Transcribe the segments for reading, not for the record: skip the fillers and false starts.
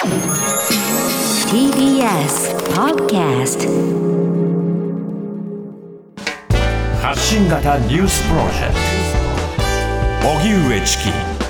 TBS Podcast 発信型ニュースプロジェクト荻上チキ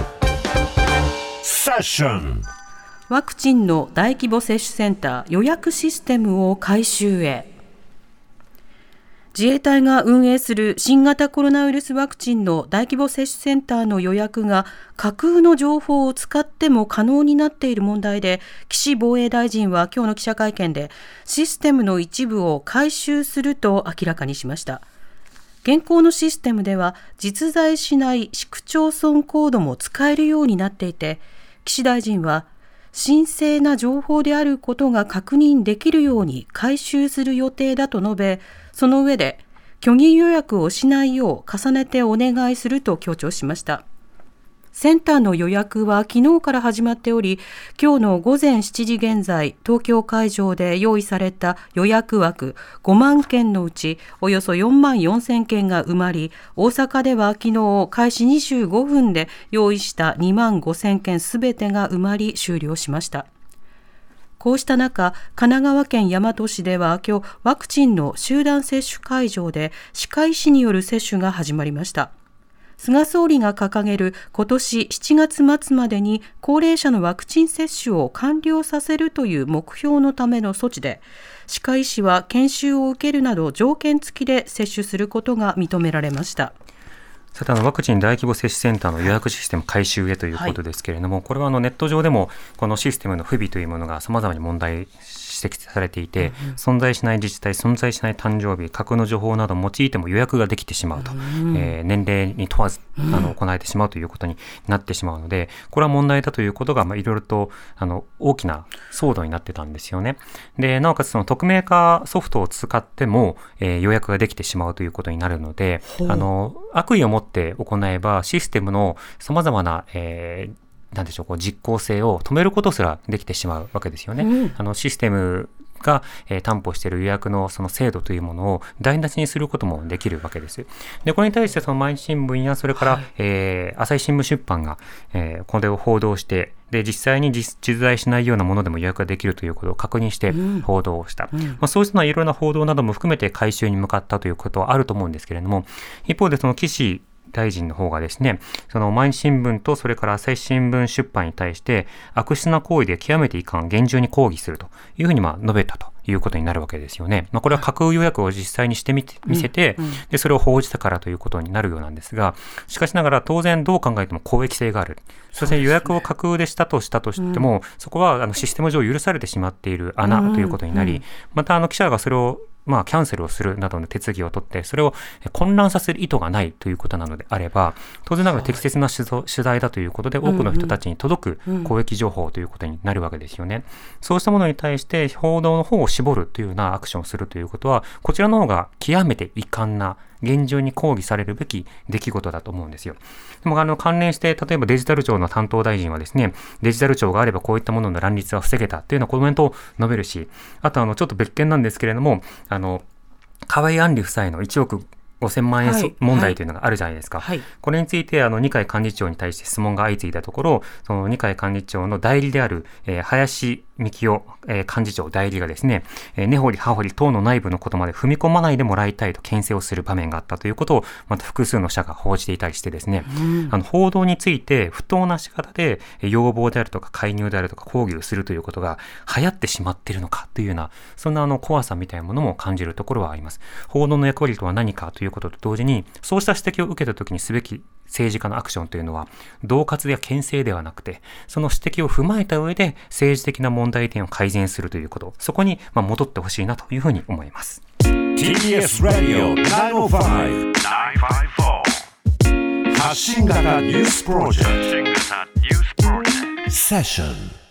セッション。 ワクチンの大規模接種センター予約システムを改修へ。自衛隊が運営する新型コロナウイルスワクチンの大規模接種センターの予約が架空の情報を使っても可能になっている問題で、岸防衛大臣は今日の記者会見でシステムの一部を改修すると明らかにしました。現行のシステムでは実在しない市区町村コードも使えるようになっていて、岸大臣は神聖な情報であることが確認できるように改修する予定だと述べ、その上で虚偽予約をしないよう重ねてお願いすると強調しました。センターの予約は昨日から始まっており、今日の午前7時現在、東京会場で用意された予約枠5万件のうちおよそ4万4000件が埋まり、大阪では昨日開始25分で用意した2万5000件すべてが埋まり終了しました。こうした中、神奈川県大和市では今日ワクチンの集団接種会場で歯科医師による接種が始まりました。菅総理が掲げる今年7月末までに高齢者のワクチン接種を完了させるという目標のための措置で、歯科医師は研修を受けるなど条件付きで接種することが認められました。 さて、ワクチン大規模接種センターの予約システム改修へということですけれども、これはネット上でもこのシステムの不備というものが様々に問題指摘されていて、存在しない自治体、存在しない誕生日、架空の情報などを用いても予約ができてしまうと、年齢に問わず行われてしまうということになってしまうので、これは問題だということがいろいろと大きな騒動になってたんですよね。で、なおかつその匿名化ソフトを使っても、予約ができてしまうということになるので、悪意を持って行えばシステムの様々な、なんでしょう、実効性を止めることすらできてしまうわけですよね。システムが、担保している予約のその制度というものを台無しにすることもできるわけです。で、これに対してその毎日新聞やそれから、朝日新聞出版が、これを報道して、で、実際に実在しないようなものでも予約ができるということを確認して報道をした。そうしたいろんな報道なども含めて改修に向かったということはあると思うんですけれども、一方でその岸大臣の方がですね、その毎日新聞とそれから朝日新聞出版に対して悪質な行為で極めて遺憾、厳重に抗議するというふうに述べたということになるわけですよね。これは架空予約を実際にしてみせて、でそれを報じたからということになるようなんですが、しかしながら当然どう考えても公益性がある。そして予約を架空でしたとしても、そこはシステム上許されてしまっている穴ということになり、また記者がそれをキャンセルをするなどの手続きを取って、それを混乱させる意図がないということなのであれば、当然ながら適切な取材だということで、多くの人たちに届く公益情報ということになるわけですよね。そうしたものに対して報道の方を絞るというようなアクションをするということは、こちらの方が極めて遺憾な、厳重に抗議されるべき出来事だと思うんですよ。でも関連して、例えばデジタル庁の担当大臣はですね、デジタル庁があればこういったものの乱立は防げたというようなコメントを述べるし、あとちょっと別件なんですけれども、河井案里夫妻の1億5000万円問題というのがあるじゃないですか。これについて二階幹事長に対して質問が相次いだところ、その二階幹事長の代理である、林幹夫、幹事長代理がですね、根掘り葉掘り党の内部のことまで踏み込まないでもらいたいと牽制をする場面があったということをまた複数の社が報じていたりしてですね、報道について不当な仕方で要望であるとか介入であるとか抗議をするということが流行ってしまっているのかというような、そんな怖さみたいなものも感じるところはあります。報道の役割とは何かということと同時に、そうした指摘を受けたときにすべき政治家のアクションというのは恫喝や牽制ではなくて、その指摘を踏まえた上で政治的な問題点を改善するということ、そこに戻ってほしいなというふうに思います。 TBS Radio 905-954発信型ニュースプロジェクトセッション